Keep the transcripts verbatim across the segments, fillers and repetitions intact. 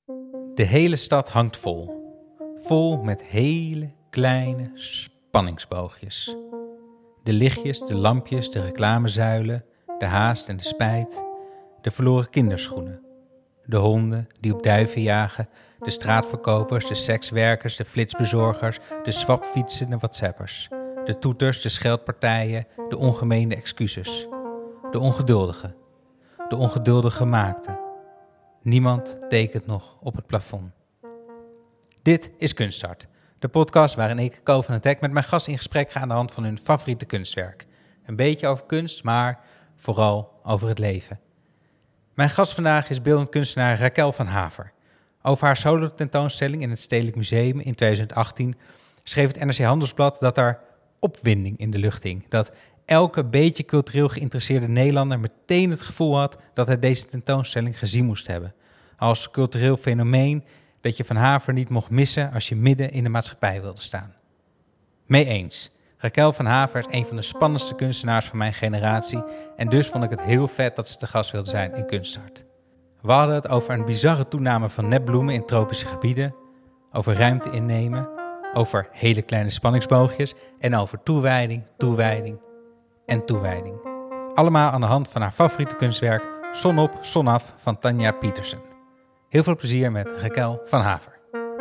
De hele stad hangt vol. Vol met hele kleine spanningsboogjes. De lichtjes, de lampjes, de reclamezuilen, de haast en de spijt. De verloren kinderschoenen. De honden die op duiven jagen. De straatverkopers, de sekswerkers, de flitsbezorgers, de swapfietsen, de whatsappers. De toeters, de scheldpartijen, de ongemeende excuses. De ongeduldige. De ongeduldige maakte. Niemand tekent nog op het plafond. Dit is Kunststart, de podcast waarin ik, Ko van het Hek, met mijn gasten in gesprek ga aan de hand van hun favoriete kunstwerk. Een beetje over kunst, maar vooral over het leven. Mijn gast vandaag is beeldend kunstenaar Raquel van Haver. Over haar solo-tentoonstelling in het Stedelijk Museum in twintig achttien schreef het N R C Handelsblad dat er opwinding in de lucht hing. Dat elke beetje cultureel geïnteresseerde Nederlander meteen het gevoel had dat hij deze tentoonstelling gezien moest hebben. Als cultureel fenomeen dat je Van Haver niet mocht missen als je midden in de maatschappij wilde staan. Mee eens. Raquel van Haver is een van de spannendste kunstenaars van mijn generatie en dus vond ik het heel vet dat ze te gast wilde zijn in Kunststart. We hadden het over een bizarre toename van nepbloemen in tropische gebieden, over ruimte innemen, over hele kleine spanningsboogjes en over toewijding, toewijding en toewijding. Allemaal aan de hand van haar favoriete kunstwerk Zon op, Zon af van Tanja Pietersen. Heel veel plezier met Raquel van Haver.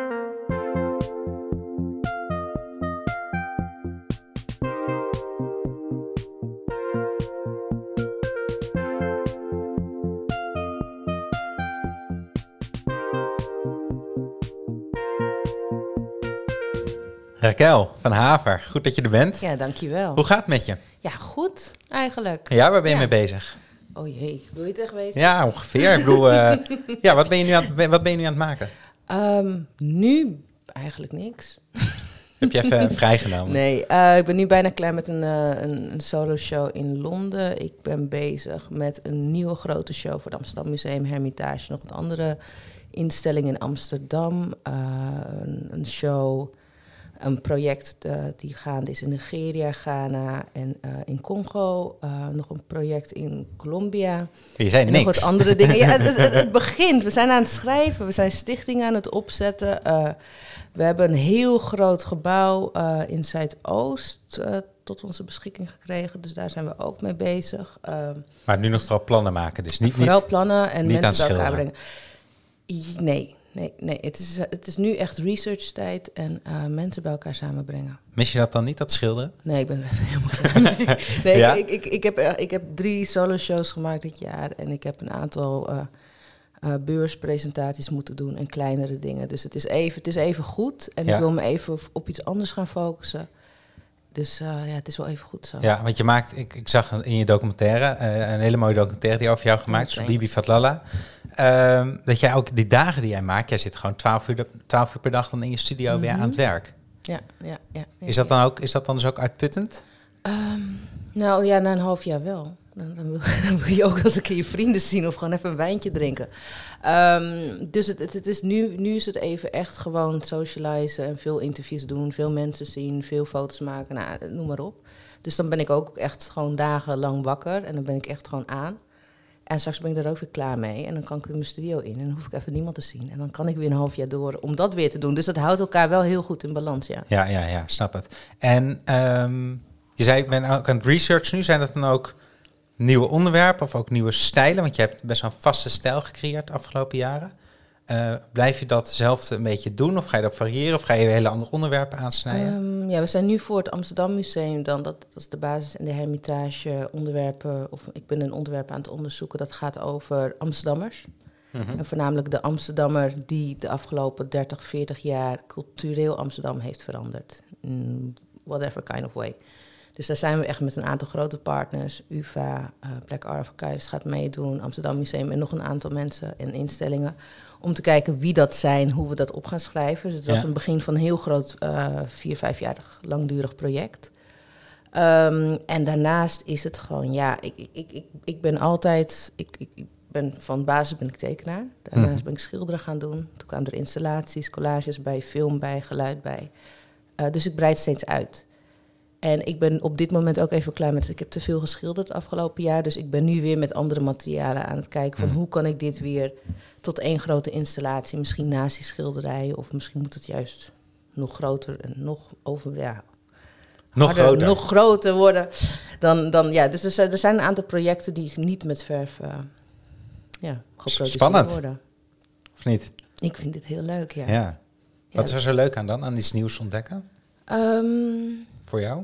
Raquel van Haver, goed dat je er bent. Ja, dankjewel. Hoe gaat het met je? Ja, goed eigenlijk. Ja, waar ben je Ja. mee bezig? Oh jee, wil je het echt weten? Ja, ongeveer. Ik bedoel, uh, ja, wat ben, je nu aan, wat ben je nu aan het maken? Um, nu eigenlijk niks. Heb je even vrijgenomen? Nee, uh, ik ben nu bijna klaar met een, uh, een, een solo show in Londen. Ik ben bezig met een nieuwe grote show voor het Amsterdam Museum Hermitage. Nog een andere instelling in Amsterdam. Uh, een, een show... Een project uh, die gaande is in Nigeria, Ghana en uh, in Congo. Uh, nog een project in Colombia. Je zei en niks. nog wat andere dingen. Ja, het, het, het begint. We zijn aan het schrijven. We zijn stichtingen aan het opzetten. Uh, we hebben een heel groot gebouw uh, in Zuidoost uh, tot onze beschikking gekregen. Dus daar zijn we ook mee bezig. Uh, maar nu nog vooral plannen maken. Dus niet, vooral niet, plannen en niet mensen bij elkaar schilderen. brengen. Nee. Nee, nee het, is, het is nu echt research-tijd en uh, mensen bij elkaar samenbrengen. Mis je dat dan niet, dat schilderen? Nee, ik ben er even helemaal klaar mee. Nee, ja? ik, ik, ik, heb, ik heb drie solo-shows gemaakt dit jaar en ik heb een aantal uh, uh, beurspresentaties moeten doen en kleinere dingen. Dus het is even, het is even goed en ja. ik wil me even op iets anders gaan focussen. Dus uh, ja, het is wel even goed zo. Ja, want je maakt, ik, ik zag in je documentaire, uh, een hele mooie documentaire die over jou gemaakt is, van Bibi Fatlala. Uh, dat jij ook die dagen die jij maakt, jij zit gewoon twaalf uur, twaalf uur per dag dan in je studio mm-hmm. weer aan het werk. Ja, ja, ja. ja is, dat dan ook, is dat dan dus ook uitputtend? Um, nou ja, na een half jaar wel. Dan, dan, wil, dan wil je ook wel eens een keer je vrienden zien of gewoon even een wijntje drinken. Um, dus het, het, het is nu, nu is het even echt gewoon socializen en veel interviews doen, veel mensen zien, veel foto's maken, nou, noem maar op. Dus dan ben ik ook echt gewoon dagenlang wakker en dan ben ik echt gewoon aan. En straks ben ik er ook weer klaar mee. En dan kan ik weer mijn studio in. En dan hoef ik even niemand te zien. En dan kan ik weer een half jaar door om dat weer te doen. Dus dat houdt elkaar wel heel goed in balans, ja. Ja, ja, ja, snap het. En um, je zei, ik ben ook aan het research nu. Zijn dat dan ook nieuwe onderwerpen of ook nieuwe stijlen? Want je hebt best wel een vaste stijl gecreëerd de afgelopen jaren. Uh, blijf je dat zelf een beetje doen? Of ga je dat variëren? Of ga je hele andere onderwerpen aansnijden? Um, ja, we zijn nu voor het Amsterdam Museum dan. Dat, dat is de basis in de Hermitage onderwerpen. Of ik ben een onderwerp aan het onderzoeken. Dat gaat over Amsterdammers. Mm-hmm. En voornamelijk de Amsterdammer die de afgelopen dertig, veertig jaar cultureel Amsterdam heeft veranderd. In whatever kind of way. Dus daar zijn we echt met een aantal grote partners. U V A, uh, Black Archives gaat meedoen. Amsterdam Museum en nog een aantal mensen en instellingen. Om te kijken wie dat zijn, hoe we dat op gaan schrijven. Dus dat was ja. een begin van een heel groot, uh, vier, vijfjarig langdurig project. Um, en daarnaast is het gewoon, ja, ik, ik, ik, ik ben altijd, ik, ik, ik ben van basis ben ik tekenaar. Daarnaast hmm. ben ik schilderen gaan doen. Toen kwamen er installaties, collages bij, film bij, geluid bij. Uh, dus ik breid steeds uit. En ik ben op dit moment ook even klaar met... Ik heb te veel geschilderd afgelopen jaar. Dus ik ben nu weer met andere materialen aan het kijken... van Mm. hoe kan ik dit weer tot één grote installatie... misschien naast die schilderijen... of misschien moet het juist nog groter en nog over... Ja, Nog harder, groter. nog groter worden. Dan, dan, ja, dus er zijn, er zijn een aantal projecten die niet met verf... Uh, ja, geproduceerd Spannend. worden. Of niet? Ik vind dit heel leuk, ja. Ja. Wat is Ja. er zo leuk aan dan? Aan iets nieuws ontdekken? Um, Voor jou?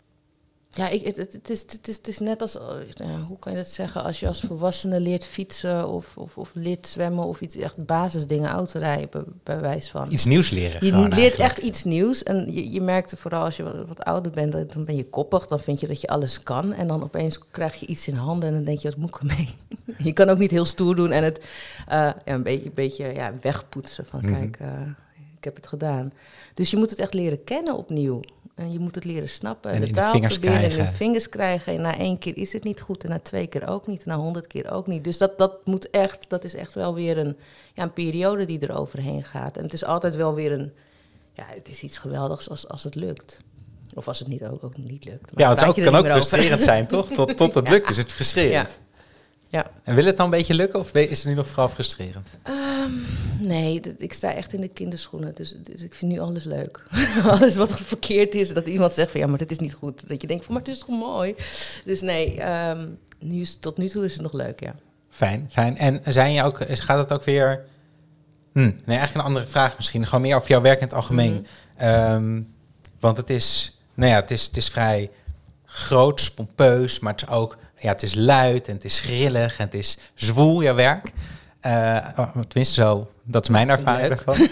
Ja, ik, het, het, is, het, is, het is net als, uh, hoe kan je dat zeggen, als je als volwassene leert fietsen of, of, of leert zwemmen of iets, echt basisdingen, autorijden, bij, bij wijze van. Iets nieuws leren. Je gewoon leert eigenlijk. echt iets nieuws en je, je merkt er vooral als je wat, wat ouder bent, dat- dan ben je koppig, dan vind je dat je alles kan en dan opeens krijg je iets in handen en dan denk je, wat moet ik ermee? Je kan ook niet heel stoer doen en het uh, ja, een beetje, een beetje ja, wegpoetsen van, Mhm. kijk, uh, ik heb het gedaan. Dus je moet het echt leren kennen opnieuw. En je moet het leren snappen. En de in de taal vingers proberen en in krijgen. de vingers krijgen. En na één keer is het niet goed. En na twee keer ook niet. En na honderd keer ook niet. Dus dat, dat moet echt, dat is echt wel weer een, ja, een periode die er overheen gaat. En het is altijd wel weer een, ja, het is iets geweldigs als, als het lukt. Of als het niet ook, ook niet lukt. Maar Ja, het praat ook, je er kan niet ook meer over. frustrerend zijn, toch? Tot, tot het lukt is het frustrerend. Ja. Ja. En wil het dan een beetje lukken of is het nu nog vooral frustrerend? Um, nee, d- ik sta echt in de kinderschoenen. Dus, dus ik vind nu alles leuk. Alles wat verkeerd is, dat iemand zegt van ja, maar dit is niet goed. Dat je denkt van, maar het is toch mooi? Dus nee, um, nu is, tot nu toe is het nog leuk, ja. Fijn, fijn. En zijn je ook, is- gaat het ook weer... Hm, nee, eigenlijk een andere vraag misschien. Gewoon meer over jouw werk in het algemeen. Mhm. Um, want het is, nou ja, het is, het is vrij groot, pompeus, maar het is ook... Ja, het is luid en het is grillig en het is zwoel, jouw werk. Uh, oh, tenminste zo, dat is mijn ervaring Leuk. ervan.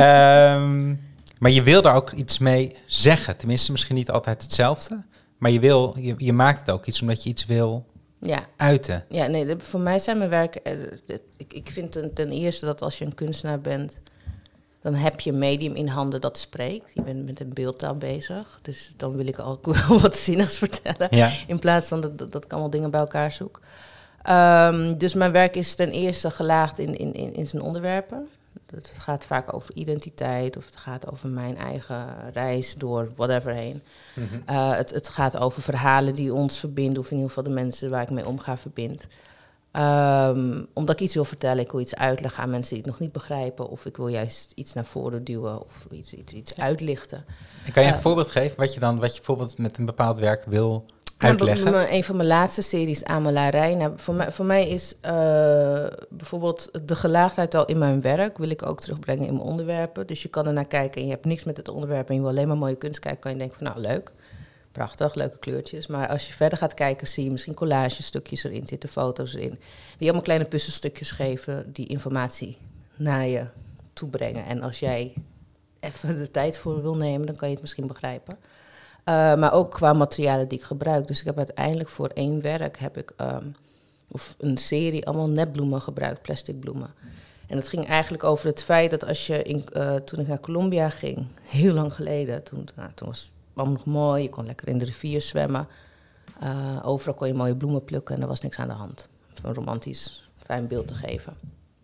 um, maar je wil daar ook iets mee zeggen. Tenminste, misschien niet altijd hetzelfde. Maar je, wil, je, je maakt het ook iets omdat je iets wil Ja, uiten. ja nee, de- voor mij zijn mijn werken... eh, dit- Ik, ik vind ten, ten eerste dat als je een kunstenaar bent... dan heb je een medium in handen dat spreekt. Je bent met een beeldtaal bezig. Dus dan wil ik ook wel wat zinnigs vertellen. Ja. In plaats van dat, dat, dat ik allemaal dingen bij elkaar zoek. Um, dus mijn werk is ten eerste gelaagd in, in, in, in zijn onderwerpen. Het gaat vaak over identiteit of het gaat over mijn eigen reis door whatever heen. Mm-hmm. Uh, het, het gaat over verhalen die ons verbinden, of in ieder geval de mensen waar ik mee omga verbindt. Um, omdat ik iets wil vertellen, ik wil iets uitleggen aan mensen die het nog niet begrijpen, of ik wil juist iets naar voren duwen of iets, iets, iets uitlichten. En kan je een Uh, voorbeeld geven wat je dan, wat je bijvoorbeeld met een bepaald werk wil Nou, uitleggen? bij- bij een van mijn laatste series, Amelarij. Nou, voor, mij, voor mij is uh, bijvoorbeeld de gelaagdheid al in mijn werk, wil ik ook terugbrengen in mijn onderwerpen. Dus je kan er naar kijken en je hebt niks met het onderwerp en je wil alleen maar mooie kunst kijken, kan je denken van nou leuk, prachtig, leuke kleurtjes. Maar als je verder gaat kijken, zie je misschien collagestukjes erin zitten, foto's erin, die allemaal kleine puzzelstukjes geven die informatie naar je toe brengen. En als jij even de tijd voor wil nemen, dan kan je het misschien begrijpen. Uh, maar ook qua materialen die ik gebruik. Dus ik heb uiteindelijk voor één werk heb ik um, of een serie allemaal netbloemen gebruikt, plastic bloemen. En dat ging eigenlijk over het feit dat als je in, uh, toen ik naar Colombia ging, heel lang geleden, toen, nou, toen was het allemaal nog mooi, je kon lekker in de rivier zwemmen. Uh, overal kon je mooie bloemen plukken en er was niks aan de hand. Om een romantisch, fijn beeld te geven.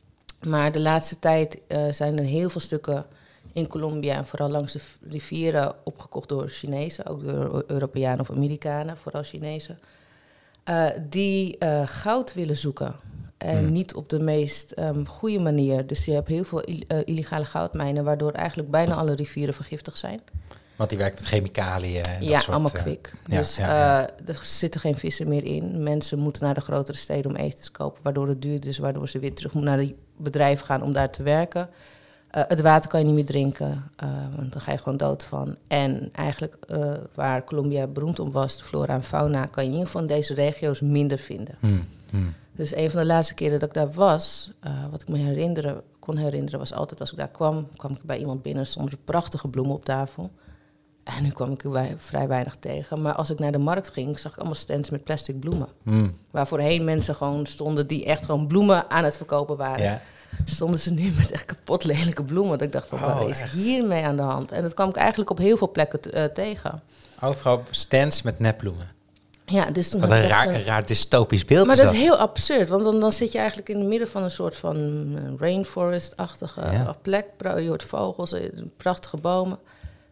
Maar de laatste tijd uh, zijn er heel veel stukken in Colombia en vooral langs de rivieren opgekocht door Chinezen, ook door Europeanen of Amerikanen, vooral Chinezen, uh, die uh, goud willen zoeken. En hmm. niet op de meest um, goede manier. Dus je hebt heel veel il- uh, illegale goudmijnen, waardoor eigenlijk bijna alle rivieren vergiftigd zijn. Want die werkt met chemicaliën en ja, dat soort, allemaal uh, kwik. Ja, dus ja, ja. Uh, er zitten geen vissen meer in. Mensen moeten naar de grotere steden om eten te kopen, waardoor het duur is, waardoor ze weer terug moeten naar het bedrijf gaan om daar te werken. Uh, het water kan je niet meer drinken, uh, want daar ga je gewoon dood van. En eigenlijk uh, waar Colombia beroemd om was, de flora en fauna, kan je in ieder geval in deze regio's minder vinden. Hmm, hmm. Dus een van de laatste keren dat ik daar was, uh, wat ik me herinneren, kon herinneren, was altijd als ik daar kwam, kwam ik bij iemand binnen, stonden er prachtige bloemen op tafel. En nu kwam ik er wij, vrij weinig tegen. Maar als ik naar de markt ging, zag ik allemaal stands met plastic bloemen. Hmm. Waar voorheen mensen gewoon stonden die echt gewoon bloemen aan het verkopen waren. Ja. Stonden ze nu met echt kapot lelijke bloemen. Dat ik dacht van, Oh, wat is echt? hiermee aan de hand? En dat kwam ik eigenlijk op heel veel plekken t- uh, tegen. Overal stands met nepbloemen. Ja, dus toen Wat had een ik echt raar, zo'n- raar dystopisch beeld Maar is dat dat. is heel absurd, want dan, dan zit je eigenlijk in het midden van een soort van uh, rainforest-achtige Ja. plek. Bro- Je hoort vogels, eh, prachtige bomen.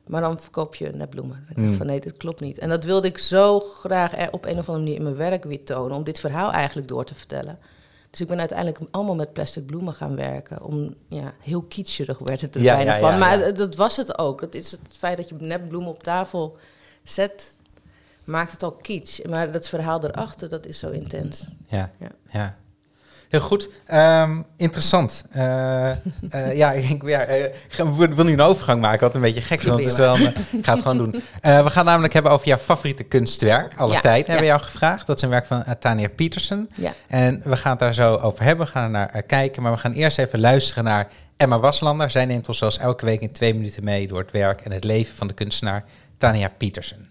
Maar dan verkoop je nepbloemen. Dan denk Mm. ik van nee, dit klopt niet. En dat wilde ik zo graag er op een of andere manier in mijn werk weer tonen, om dit verhaal eigenlijk door te vertellen. Dus ik ben uiteindelijk allemaal met plastic bloemen gaan werken. Om, ja, heel kitscherig werd het er Ja, bijna ja, van. ja, maar ja. dat was het ook. Het is het feit dat je nepbloemen op tafel zet, maakt het al kitsch. Maar dat verhaal erachter, dat is zo intens. Ja, Ja. ja. Heel goed. Um, interessant. Uh, uh, ja, ik ja, uh, wil nu een overgang maken, wat een beetje gek is. Want het is wel een, ik ga het gewoon doen. Uh, we gaan namelijk hebben over jouw favoriete kunstwerk. Alle ja, tijd ja. hebben we jou gevraagd. Dat is een werk van uh, Tania Pietersen. Ja. En we gaan het daar zo over hebben. We gaan er naar uh, kijken. Maar we gaan eerst even luisteren naar Emma Waslander. Zij neemt ons zoals elke week in twee minuten mee door het werk en het leven van de kunstenaar Tania Pietersen.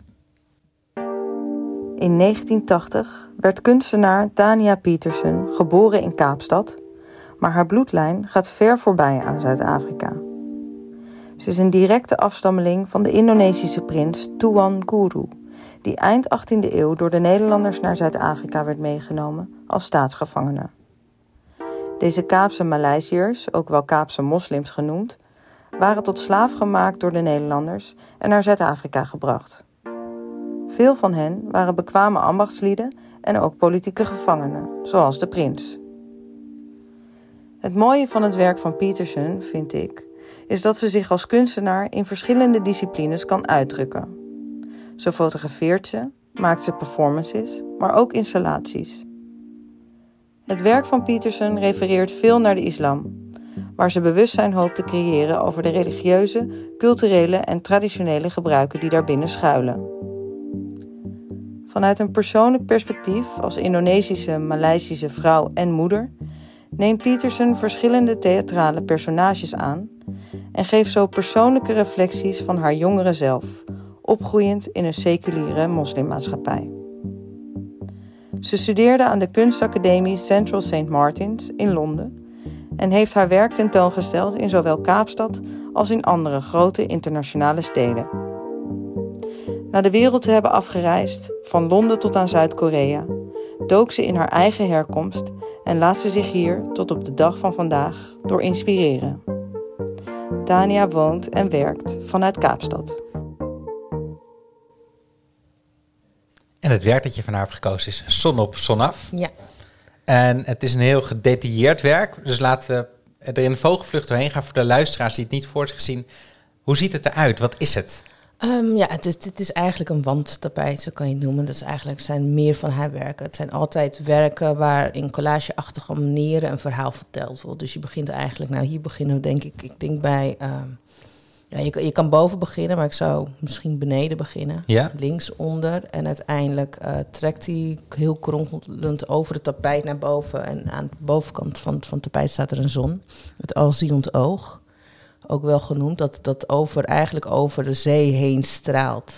In negentien tachtig werd kunstenaar Tania Pietersen geboren in Kaapstad, maar haar bloedlijn gaat ver voorbij aan Zuid-Afrika. Ze is een directe afstammeling van de Indonesische prins Tuan Guru, die eind achttiende eeuw door de Nederlanders naar Zuid-Afrika werd meegenomen als staatsgevangene. Deze Kaapse Maleisiërs, ook wel Kaapse moslims genoemd, waren tot slaaf gemaakt door de Nederlanders en naar Zuid-Afrika gebracht. Veel van hen waren bekwame ambachtslieden en ook politieke gevangenen, zoals de prins. Het mooie van het werk van Pietersen, vind ik, is dat ze zich als kunstenaar in verschillende disciplines kan uitdrukken. Zo fotografeert ze, maakt ze performances, maar ook installaties. Het werk van Pietersen refereert veel naar de islam, waar ze bewustzijn hoopt te creëren over de religieuze, culturele en traditionele gebruiken die daarbinnen schuilen. Vanuit een persoonlijk perspectief als Indonesische, Maleisische vrouw en moeder neemt Pietersen verschillende theatrale personages aan en geeft zo persoonlijke reflecties van haar jongere zelf, opgroeiend in een seculiere moslimmaatschappij. Ze studeerde aan de kunstacademie Central Saint Martins in Londen en heeft haar werk tentoongesteld in zowel Kaapstad als in andere grote internationale steden. Na de wereld te hebben afgereisd, van Londen tot aan Zuid-Korea, dook ze in haar eigen herkomst en laat ze zich hier tot op de dag van vandaag door inspireren. Tania woont en werkt vanuit Kaapstad. En het werk dat je van haar hebt gekozen is Zon op, Zon af. Ja. En het is een heel gedetailleerd werk. Dus laten we er in de vogelvlucht doorheen gaan voor de luisteraars die het niet voor zich zien. Hoe ziet het eruit? Wat is het? Um, ja, het is, het is eigenlijk een wandtapijt, zo kan je het noemen. Dat is eigenlijk zijn meer van haar werken. Het zijn altijd werken waar in collageachtige manieren een verhaal verteld wordt. Dus je begint eigenlijk, nou hier beginnen we denk ik, ik denk bij, um, ja, je, je kan boven beginnen, maar ik zou misschien beneden beginnen. Ja. Linksonder. En uiteindelijk uh, trekt hij heel kronkelend over het tapijt naar boven. En aan de bovenkant van, van het tapijt staat er een zon, het alziend oog. Ook wel genoemd, dat dat over, eigenlijk over de zee heen straalt.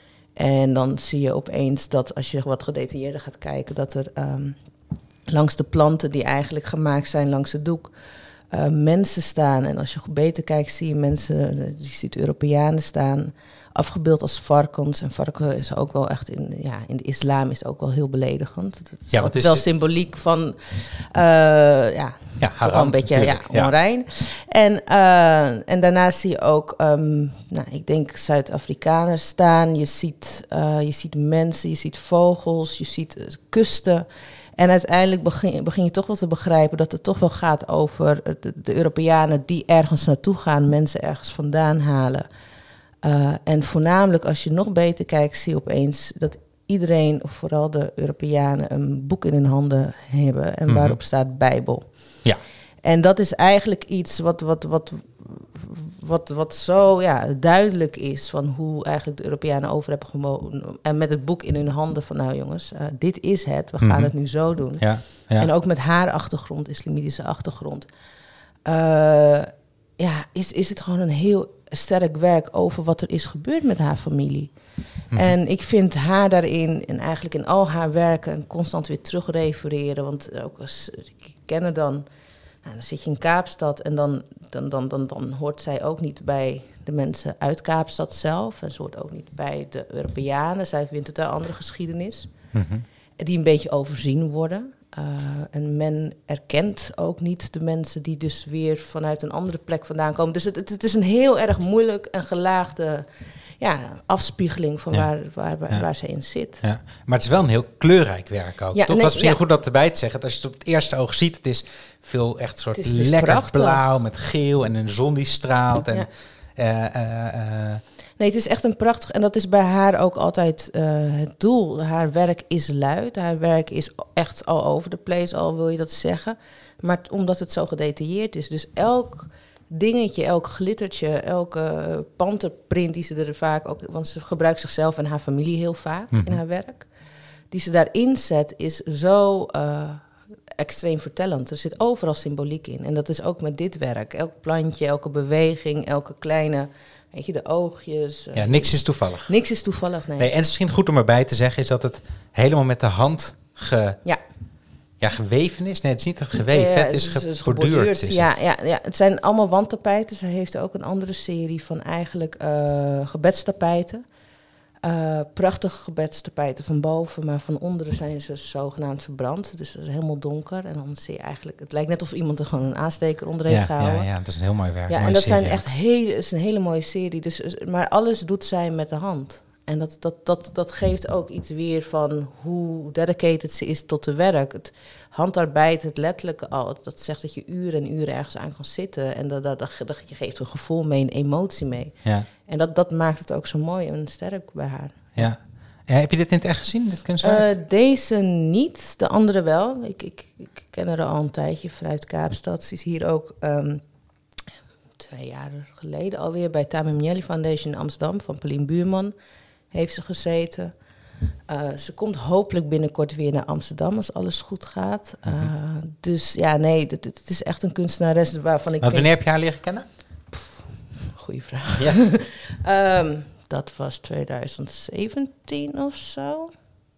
En dan zie je opeens dat, als je wat gedetailleerder gaat kijken, dat er um, langs de planten die eigenlijk gemaakt zijn langs het doek, uh, mensen staan. En als je beter kijkt, zie je mensen, je ziet Europeanen staan, afgebeeld als varkens. En varken is ook wel echt, in, ja, in de islam is het ook wel heel beledigend. Het is Ja, ook wat is wel het? symboliek van, uh, ja... Ja, Toch wel een beetje ja, ja. onrein. En, uh, en daarna zie je ook, um, nou, ik denk Zuid-Afrikaners staan. Je ziet, uh, je ziet mensen, je ziet vogels, je ziet uh, kusten. En uiteindelijk begin, begin je toch wel te begrijpen dat het toch wel gaat over de, de Europeanen die ergens naartoe gaan, mensen ergens vandaan halen. Uh, en voornamelijk als je nog beter kijkt, zie je opeens dat iedereen, of vooral de Europeanen, een boek in hun handen hebben en Mm-hmm. waarop staat Bijbel. Ja. En dat is eigenlijk iets wat, wat, wat, wat, wat zo ja, duidelijk is van hoe eigenlijk de Europeanen over hebben gewonnen. En met het boek in hun handen van nou jongens, uh, dit is het, we gaan Mm-hmm. het nu zo doen. Ja, ja. En ook met haar achtergrond, islamitische achtergrond, uh, ja, is, is het gewoon een heel sterk werk over wat er is gebeurd met haar familie. Mm-hmm. En ik vind haar daarin en eigenlijk in al haar werken constant weer terugrefereren. Want ook als ik ken haar dan, nou, dan zit je in Kaapstad en dan, dan, dan, dan, dan hoort zij ook niet bij de mensen uit Kaapstad zelf. En ze hoort ook niet bij de Europeanen. Zij vindt het een andere geschiedenis. Mm-hmm. Die een beetje overzien worden. Uh, en men erkent ook niet de mensen die dus weer vanuit een andere plek vandaan komen. Dus het, het, het is een heel erg moeilijk en gelaagde ja, afspiegeling van ja. waar, waar, waar, ja. waar ze in zit. Ja. Maar het is wel een heel kleurrijk werk ook. Ja, Toch? Nee, dat is misschien ja. goed dat erbij te zeggen. Als je het op het eerste oog ziet, het is veel echt soort het is, het is lekker prachtig. Blauw met geel en een zon die straalt. En, ja. uh, uh, uh, Nee, het is echt een prachtig... En dat is bij haar ook altijd uh, het doel. Haar werk is luid. Haar werk is echt all over the place, al wil je dat zeggen. Maar t- omdat het zo gedetailleerd is. Dus elk dingetje, elk glittertje, elke panterprint die ze er vaak ook... Want ze gebruikt zichzelf en haar familie heel vaak mm-hmm. in haar werk. Die ze daarin zet, is zo uh, extreem vertellend. Er zit overal symboliek in. En dat is ook met dit werk. Elk plantje, elke beweging, elke kleine... Weet je, de oogjes. Ja, niks is toevallig. Niks is toevallig, nee. nee. En het is misschien goed om erbij te zeggen, is dat het helemaal met de hand ge, ja. Ja, geweven is. Nee, het is niet geweven, ja, het is geborduurd. geborduurd is ja, het. ja, ja, het zijn allemaal wandtapijten. Ze heeft ook een andere serie van eigenlijk uh, gebedstapijten. Uh, prachtige gebedstapijten van boven, maar van onderen zijn ze zogenaamd verbrand. Dus het is helemaal donker. En dan zie je eigenlijk, het lijkt net of iemand er gewoon een aansteker onder heeft ja, gehouden. Ja, ja, dat is een heel mooi werk. Ja, en dat serie, zijn echt hele, is een hele mooie serie. Dus, maar alles doet zij met de hand. En dat, dat, dat, dat geeft ook iets weer van hoe dedicated ze is tot de werk. Het handarbeid, het letterlijke al. Dat zegt dat je uren en uren ergens aan kan zitten. En dat, dat, dat, dat je geeft een gevoel mee, een emotie mee. Ja. En dat, dat maakt het ook zo mooi en sterk bij haar. Ja. Ja, heb je dit in het echt gezien, dit kunstwerk? Uh, deze niet, de andere wel. Ik, ik, ik ken haar al een tijdje vanuit Kaapstad. Ze is hier ook um, twee jaar geleden alweer bij Tamim Foundation in Amsterdam van Pauline Buurman heeft ze gezeten. Uh, ze komt hopelijk binnenkort weer naar Amsterdam als alles goed gaat. Uh, mm-hmm. Dus ja, nee, het, het is echt een kunstenares waarvan ik Want denk... Wanneer heb je haar leren kennen? Goeie vraag. Ja. um, dat was twintig zeventien of zo.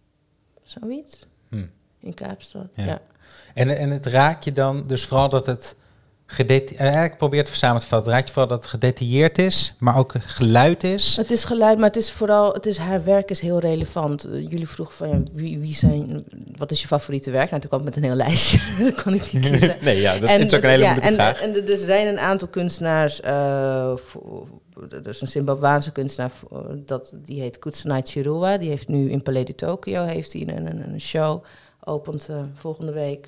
Zoiets. Hmm. In Kaapstad, ja. ja. En, en het raakt je dan dus vooral dat het... Gedeta- uh, ik probeer het samen te vatten. Het raakt je vooral dat het gedetailleerd is, maar ook geluid is. Het is geluid, maar het is vooral... Het is, haar werk is heel relevant. Uh, jullie vroegen van, ja, wie, wie zijn... Wat is je favoriete werk? Nou, toen kwam ik met een heel lijstje. Dat kon ik niet kiezen. Nee, ja, dat is, en, is ook een hele ja, moeilijke en, vraag. En, en er zijn een aantal kunstenaars... Uh, voor, dus een Zimbabwaanse kunstenaar, dat, die heet Kusanai Chirua. Die heeft nu in Palais de Tokyo heeft hij een, een, een show. Opent uh, volgende week.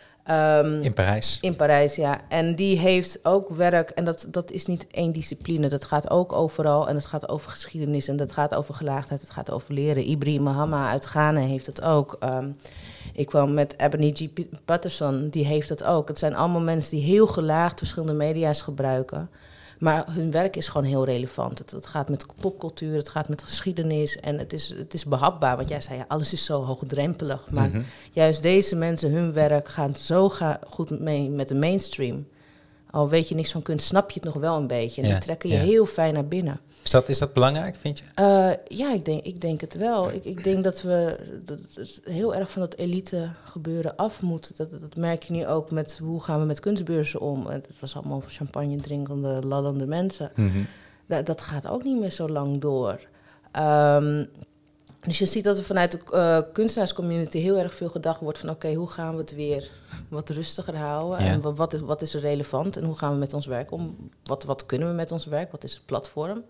Um, in Parijs. In Parijs, ja. En die heeft ook werk, en dat, dat is niet één discipline, dat gaat ook overal, en het gaat over geschiedenis, en dat gaat over gelaagdheid, het gaat over leren. Ibrahim Mahama uit Ghana heeft het ook. Um, ik kwam met Ebony G. Patterson, die heeft dat ook. Het zijn allemaal mensen die heel gelaagd verschillende media's gebruiken. Maar hun werk is gewoon heel relevant. Het, het gaat met popcultuur, het gaat met geschiedenis. En het is, het is behapbaar, want jij zei, ja, alles is zo hoogdrempelig. Maar mm-hmm. juist deze mensen, hun werk gaat zo ga- goed mee met de mainstream. Al weet je niks van kunst, snap je het nog wel een beetje. En ja, die trekken je ja. heel fijn naar binnen. Is dat, is dat belangrijk, vind je? Uh, ja, ik denk, ik denk het wel. Ik, ik denk dat we dat het heel erg van dat elite gebeuren af moeten. Dat, dat merk je nu ook met hoe gaan we met kunstbeurzen om. Het was allemaal champagne drinkende, lallende mensen. Mm-hmm. Dat, dat gaat ook niet meer zo lang door. Um, dus je ziet dat er vanuit de uh, kunstenaarscommunity heel erg veel gedacht wordt van... oké, okay, hoe gaan we het weer wat rustiger houden? Ja. En wat is, wat is er relevant? En hoe gaan we met ons werk om? Wat, wat kunnen we met ons werk? Wat is het platform?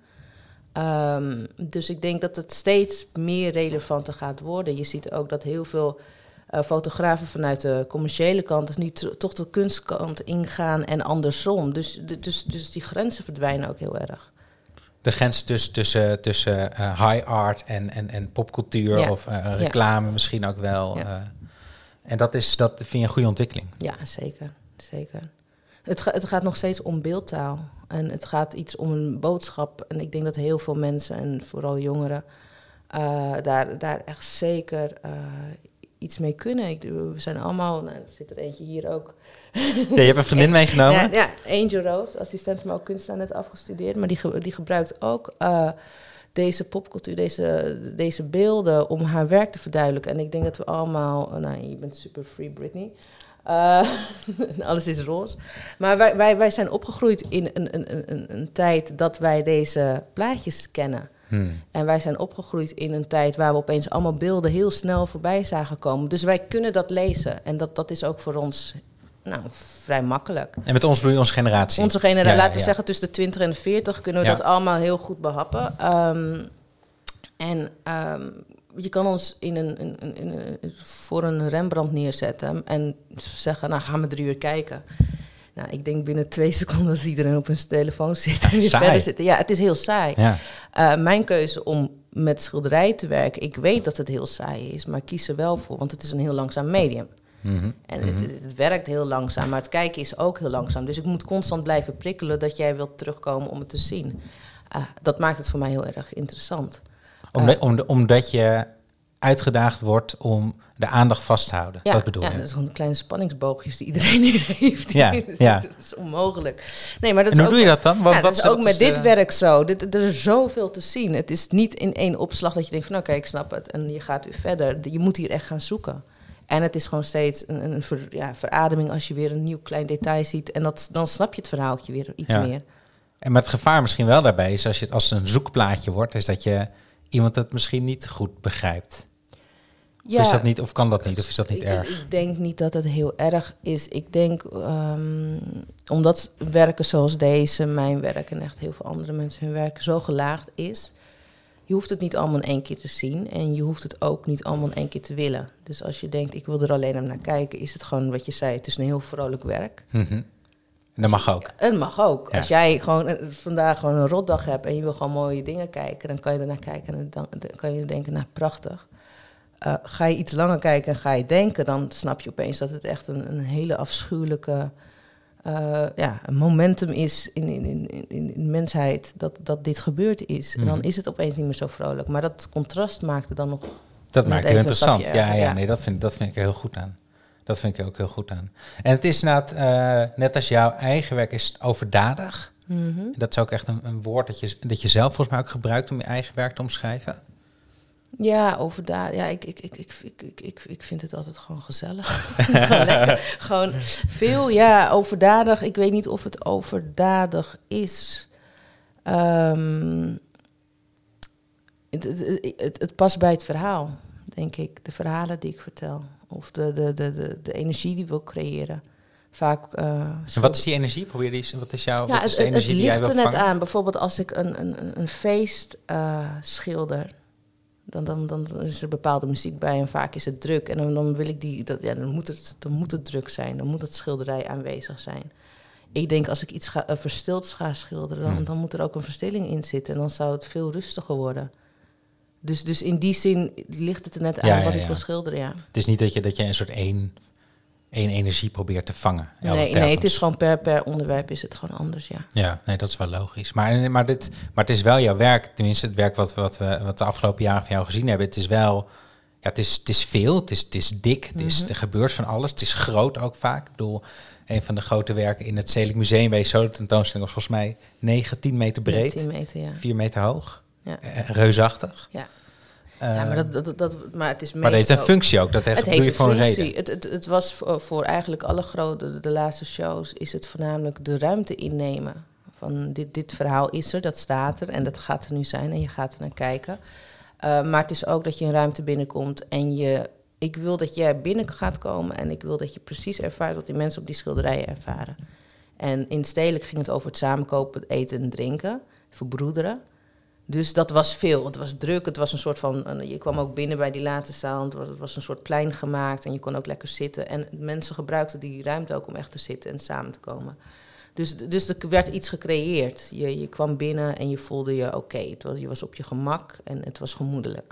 Um, dus ik denk dat het steeds meer relevanter gaat worden. Je ziet ook dat heel veel uh, fotografen vanuit de commerciële kant... dus nu t- toch de kunstkant ingaan en andersom. Dus, de, dus, dus die grenzen verdwijnen ook heel erg. De grens tussen, tussen, tussen uh, high art en, en, en popcultuur ja. of uh, reclame ja. misschien ook wel. Ja. Uh, en dat, is, dat vind je een goede ontwikkeling? Ja, zeker. zeker. Het, ga, het gaat nog steeds om beeldtaal. En het gaat iets om een boodschap. En ik denk dat heel veel mensen, en vooral jongeren, uh, daar, daar echt zeker uh, iets mee kunnen. Ik, we zijn allemaal, nou, er zit er eentje hier ook. Ja, je hebt een vriendin meegenomen? Ja, ja, Angel Rose, assistent maar ook kunstenaar, net afgestudeerd. Maar die, ge, die gebruikt ook uh, deze popcultuur, deze, deze beelden om haar werk te verduidelijken. En ik denk dat we allemaal, uh, nou, je bent super free Britney. Uh, alles is roze. Maar wij, wij, wij zijn opgegroeid in een, een, een, een tijd dat wij deze plaatjes kennen. Hmm. En wij zijn opgegroeid in een tijd waar we opeens allemaal beelden heel snel voorbij zagen komen. Dus wij kunnen dat lezen. En dat, dat is ook voor ons nou, vrij makkelijk. En met ons bedoel je onze generatie? Onze generatie, Ja, laten we ja. zeggen tussen de twintig en de veertig, kunnen we Ja. dat allemaal heel goed behappen. Um, en um, je kan ons in een, in, in, in, in, voor een Rembrandt neerzetten en zeggen, nou gaan we drie uur kijken. Nou, ik denk binnen twee seconden dat iedereen op zijn telefoon zit en weer Saai. verder zitten. Ja, het is heel saai. Ja. Uh, mijn keuze om met schilderij te werken, ik weet dat het heel saai is, maar ik kies er wel voor, want het is een heel langzaam medium. Mm-hmm. En het, het, het werkt heel langzaam, maar het kijken is ook heel langzaam. Dus ik moet constant blijven prikkelen dat jij wilt terugkomen om het te zien. Uh, dat maakt het voor mij heel erg interessant. Omdat, Uh, om de, omdat je uitgedaagd wordt om de aandacht vast te houden. Ja, dat bedoel ja, je? dat is gewoon de kleine spanningsboogjes die iedereen nu heeft. Ja, ja. Dat is onmogelijk. Nee, maar dat En is hoe ook, doe je dat dan? Wat, ja, wat dat is ook wat met is dit de- werk zo. Dit, er is zoveel te zien. Het is niet in één opslag dat je denkt van oké, ik snap het. En je gaat weer verder. Je moet hier echt gaan zoeken. En het is gewoon steeds een, een ver, ja, verademing als je weer een nieuw klein detail ziet. En dat, dan snap je het verhaaltje weer iets Ja. meer. En met het gevaar misschien wel daarbij is, als je het als een zoekplaatje wordt, is dat je iemand het misschien niet goed begrijpt. Of is dat niet, of kan dat niet, of is dat niet ik, erg? Ik, ik denk niet dat het heel erg is. Ik denk, um, omdat werken zoals deze, mijn werk en echt heel veel andere mensen hun werk zo gelaagd is. Je hoeft het niet allemaal in één keer te zien en je hoeft het ook niet allemaal in één keer te willen. Dus als je denkt, ik wil er alleen naar kijken, is het gewoon wat je zei, het is een heel vrolijk werk. Mm-hmm. En dat mag ook. Het mag ook. Ja. Als jij gewoon uh, vandaag gewoon een rotdag hebt en je wil gewoon mooie dingen kijken, dan kan je ernaar kijken en dan, dan kan je denken, nou prachtig. Uh, ga je iets langer kijken en ga je denken, dan snap je opeens dat het echt een, een hele afschuwelijke uh, ja, een momentum is in, in, in, in, in mensheid dat, dat dit gebeurd is. Mm. En dan is het opeens niet meer zo vrolijk. Maar dat contrast maakt het dan nog... Dat net maakt het even heel een interessant. stapje Ja, erger, ja, ja. nee, dat vind, dat vind ik er heel goed aan. Dat vind ik er ook heel goed aan. En het is inderdaad, uh, net als jouw eigen werk, is het overdadig. Mm-hmm. Dat is ook echt een, een woord dat je, dat je zelf volgens mij ook gebruikt om je eigen werk te omschrijven. Ja, overdadig. Ja, ik, ik, ik, ik, ik, ik, ik, ik vind het altijd gewoon gezellig. gewoon lekker. Gewoon veel, ja, overdadig. Ik weet niet of het overdadig is. Um, het, het, het, het past bij het verhaal, denk ik. De verhalen die ik vertel. Of de, de, de, de, de energie die ik wil creëren. Vaak... Uh, en wat is die energie? Probeer die eens. Wat is jouw ja, wat is de het, energie het die jij ligt wil er net vangen? aan. Bijvoorbeeld als ik een, een, een feest uh, schilder... Dan, dan, dan is er bepaalde muziek bij en vaak is het druk. En dan, dan wil ik die, dat, ja, dan moet, het, dan moet het druk zijn. Dan moet het schilderij aanwezig zijn. Ik denk als ik iets ga, uh, verstilds ga schilderen, dan, Hmm. dan moet er ook een verstilling in zitten. En dan zou het veel rustiger worden. Dus, dus in die zin ligt het er net aan Ja, ja, wat ja. ik wil schilderen, ja. Het is niet dat je, dat je een soort één, één energie probeert te vangen. elke Nee, nee, telkens. het is gewoon per, per onderwerp is het gewoon anders, ja. Ja, nee, dat is wel logisch. Maar, maar, dit, maar het is wel jouw werk, tenminste het werk wat, wat we wat de afgelopen jaren van jou gezien hebben. Het is wel, ja, het is, het is veel, het is, het is dik, het is, Mm-hmm. er gebeurt van alles. Het is groot ook vaak. Ik bedoel, een van de grote werken in het Stedelijk Museum bij Solo tentoonstelling was volgens mij negen, tien meter breed, tien meter, ja. vier meter hoog. Ja. Eh, reusachtig. Ja. Uh, ja, maar, dat, dat, dat, maar het is maar dat heeft meestal- een functie ook, dat echt Het doe heeft je een voor een functie. reden. Het, het, het was voor, voor eigenlijk alle grote, de, de laatste shows, is het voornamelijk de ruimte innemen. Van dit, dit verhaal is er, dat staat er en dat gaat er nu zijn en je gaat er naar kijken. Uh, maar het is ook dat je een ruimte binnenkomt en je... Ik wil dat jij binnen gaat komen en ik wil dat je precies ervaart wat die mensen op die schilderijen ervaren. En in Stedelijk ging het over het samenkopen, het eten en drinken, verbroederen. Dus dat was veel. Het was druk. Het was een soort van... Je kwam ook binnen bij die laatste zaal. Het was, het was een soort plein gemaakt. En je kon ook lekker zitten. En mensen gebruikten die ruimte ook om echt te zitten en samen te komen. Dus, dus er werd iets gecreëerd. Je, je kwam binnen en je voelde je oké. Okay. Je was op je gemak en het was gemoedelijk.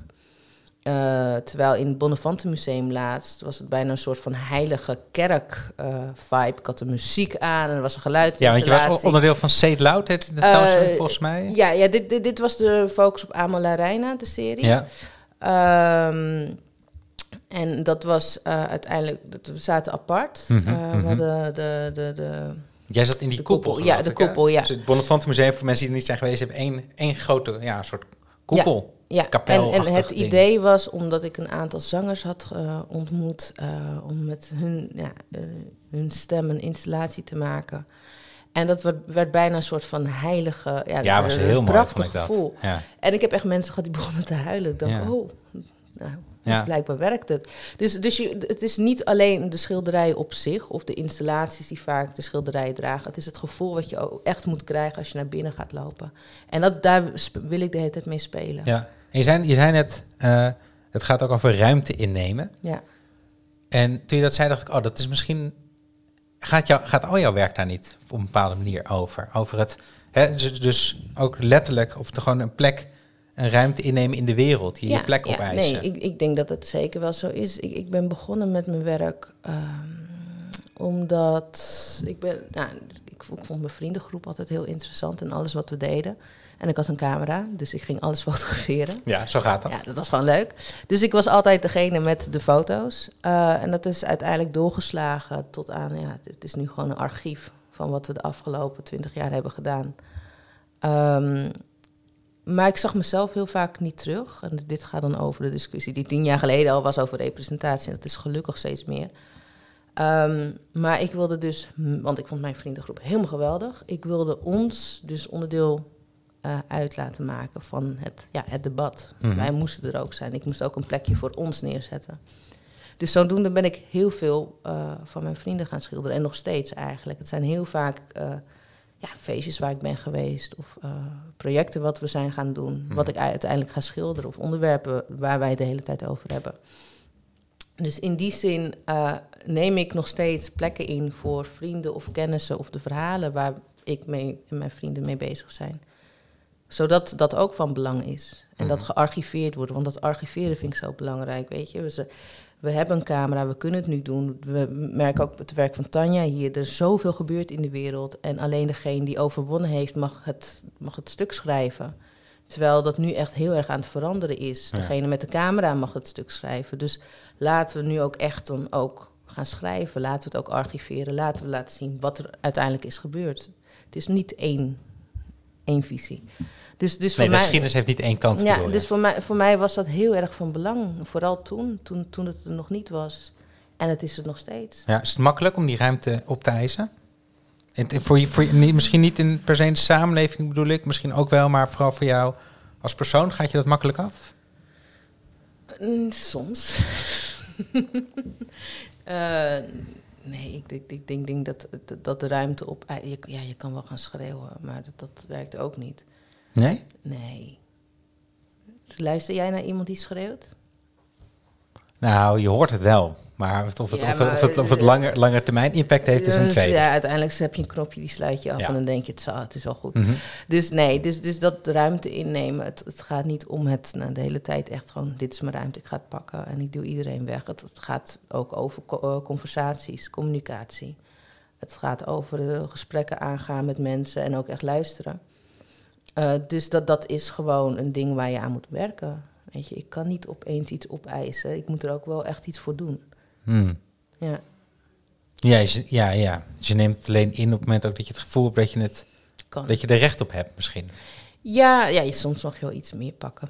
Uh, terwijl in het Bonnefantenmuseum laatst was het bijna een soort van heilige kerk uh, vibe. Ik had de muziek aan en er was een geluid. Ja, want je was onderdeel van Say It Loud, heet de tentoonstelling uh, volgens mij. Ja, ja dit, dit, dit was de focus op Amola Reina, de serie. Ja. Um, en dat was uh, uiteindelijk, dat, we zaten apart. Mm-hmm, uh, mm-hmm. we hadden de, de, de, Jij zat in die de koepel, koepel. Ja, de ik, koepel, hè? ja. Dus het Bonnefantenmuseum, voor mensen die er niet zijn geweest, hebben één, één grote, ja, soort koepel. Ja, kapel en, en het ding. idee was, omdat ik een aantal zangers had uh, ontmoet, uh, om met hun, ja, uh, hun stem een installatie te maken. En dat werd, werd bijna een soort van heilige... Ja, Ja, was een heel mooi, prachtig vond ik dat. gevoel. Ja. En ik heb echt mensen gehad die begonnen te huilen. Ik dacht, Ja. oh, nou, Ja. blijkbaar werkt het. Dus, dus je, het is niet alleen de schilderij op zich... of de installaties die vaak de schilderijen dragen. Het is het gevoel wat je ook echt moet krijgen als je naar binnen gaat lopen. En dat, daar sp- wil ik de hele tijd mee spelen. Ja. En je zei, je zei net, uh, het gaat ook over ruimte innemen. Ja. En toen je dat zei, dacht ik, oh, dat is misschien... Gaat, jou, gaat al jouw werk daar niet op een bepaalde manier over? Over het, hè, dus, dus ook letterlijk, of te gewoon een plek, een ruimte innemen in de wereld. Je, ja, je plek ja, opeisen. Nee, ik, ik denk dat het zeker wel zo is. Ik, ik ben begonnen met mijn werk um, omdat ik ben... Nou, ik, ik vond mijn vriendengroep altijd heel interessant en alles wat we deden. En ik had een camera, dus ik ging alles fotograferen. Ja, zo gaat dat. Ja, dat was gewoon leuk. Dus ik was altijd degene met de foto's. Uh, en dat is uiteindelijk doorgeslagen tot aan... Ja, het is nu gewoon een archief van wat we de afgelopen twintig jaar hebben gedaan. Um, maar ik zag mezelf heel vaak niet terug. En dit gaat dan over de discussie die tien jaar geleden al was over representatie. En dat is gelukkig steeds meer. Um, maar ik wilde dus... Want ik vond mijn vriendengroep helemaal geweldig. Ik wilde ons dus onderdeel... Uh, uit laten maken van het, ja, het debat. Mm-hmm. Wij moesten er ook zijn. Ik moest ook een plekje voor ons neerzetten. Dus zodoende ben ik heel veel uh, van mijn vrienden gaan schilderen. En nog steeds eigenlijk. Het zijn heel vaak uh, ja, feestjes waar ik ben geweest. Of uh, projecten wat we zijn gaan doen. Mm-hmm. Wat ik uiteindelijk ga schilderen. Of onderwerpen waar wij het de hele tijd over hebben. Dus in die zin uh, neem ik nog steeds plekken in voor vrienden of kennissen. Of de verhalen waar ik mee en mijn vrienden mee bezig zijn. Zodat dat ook van belang is. En mm. dat gearchiveerd wordt. Want dat archiveren vind ik zo belangrijk, weet je. We, we hebben een camera, we kunnen het nu doen. We merken ook het werk van Tanja hier. Er is zoveel gebeurd in de wereld. En alleen degene die overwonnen heeft, mag het, mag het stuk schrijven. Terwijl dat nu echt heel erg aan het veranderen is. Ja. Degene met de camera mag het stuk schrijven. Dus laten we nu ook echt dan ook gaan schrijven. Laten we het ook archiveren. Laten we laten zien wat er uiteindelijk is gebeurd. Het is niet één, één visie. Dus, dus nee, voor de geschiedenis mij, heeft niet één kant. Ja, bedoel, dus voor mij, voor mij was dat heel erg van belang. Vooral toen, toen, toen het er nog niet was. En het is er nog steeds. Ja, is het makkelijk om die ruimte op te eisen? En voor je, voor je, niet, misschien niet in per se in de samenleving bedoel ik, misschien ook wel, maar vooral voor jou als persoon, gaat je dat makkelijk af? Mm, soms. uh, nee, ik, ik, ik denk, denk dat, dat de ruimte op... Je, ja, je kan wel gaan schreeuwen, maar dat, dat werkt ook niet. Nee? Nee. Luister jij naar iemand die schreeuwt? Nou, je hoort het wel. Maar of het, ja, of, maar, of het, of het langer, langer termijn impact heeft, is een tweede. Ja, uiteindelijk heb je een knopje, die sluit je af ja. en dan denk je, het, zal, het is wel goed. Mm-hmm. Dus nee, dus, dus dat ruimte innemen, het, het gaat niet om het nou, de hele tijd echt gewoon, dit is mijn ruimte, ik ga het pakken en ik duw iedereen weg. Het, het gaat ook over co- conversaties, communicatie. Het gaat over uh, gesprekken aangaan met mensen en ook echt luisteren. Uh, dus dat, dat is gewoon een ding waar je aan moet werken. Weet je, ik kan niet opeens iets opeisen. Ik moet er ook wel echt iets voor doen. Hmm. Ja. Ja, je, ja, ja. Dus je neemt het alleen in op het moment ook dat je het gevoel hebt dat je, het, kan. dat je er recht op hebt misschien. Ja, ja, soms mag je wel iets meer pakken.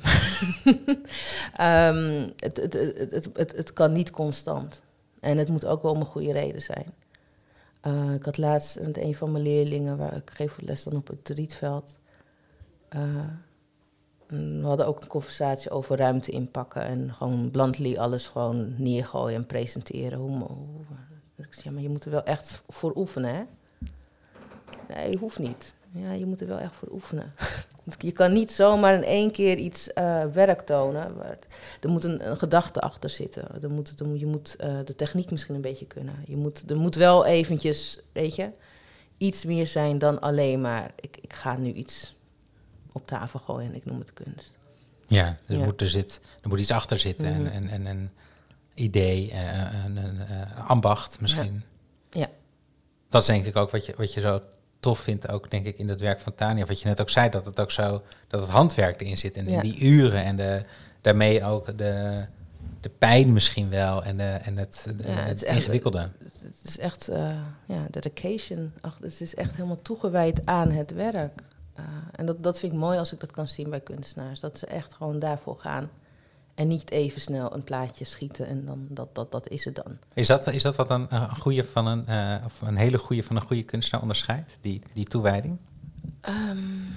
um, het, het, het, het, het, het kan niet constant. En het moet ook wel om een goede reden zijn. Uh, ik had laatst met een van mijn leerlingen, waar ik geef les dan op het Rietveld. Uh, we hadden ook een conversatie over ruimte inpakken en gewoon bluntly alles gewoon neergooien en presenteren. Hoe, hoe, ik zeg, ja, maar je moet er wel echt voor oefenen, hè? Nee, hoeft niet. Ja, je moet er wel echt voor oefenen. Je kan niet zomaar in één keer iets uh, werk tonen. Er moet een, een gedachte achter zitten. Er moet, er moet, je moet uh, de techniek misschien een beetje kunnen. Je moet, er moet wel eventjes, weet je, iets meer zijn dan alleen maar, ik, ik ga nu iets op tafel gooien en ik noem het kunst. Ja, er, ja. Moet, er, zit, er moet iets achter zitten. Mm-hmm. En, en, en een idee, uh, een, een uh, ambacht misschien. Ja. ja. Dat is denk ik ook wat je, wat je zo tof vindt, ook denk ik in het werk van Tania. Wat je net ook zei, dat het ook zo, dat het handwerk erin zit. En ja. in die uren en de, daarmee ook de, de pijn misschien wel en, de, en het, de, ja, het, het ingewikkelde. Echt, het is echt, uh, ja, dedication. Ach, het is echt helemaal toegewijd aan het werk. Uh, en dat, dat vind ik mooi als ik dat kan zien bij kunstenaars. Dat ze echt gewoon daarvoor gaan. En niet even snel een plaatje schieten en dan dat, dat, dat is het dan. Is dat, is dat wat een, een, goeie van een, uh, of een hele goede van een goede kunstenaar onderscheidt? Die, die toewijding? Um,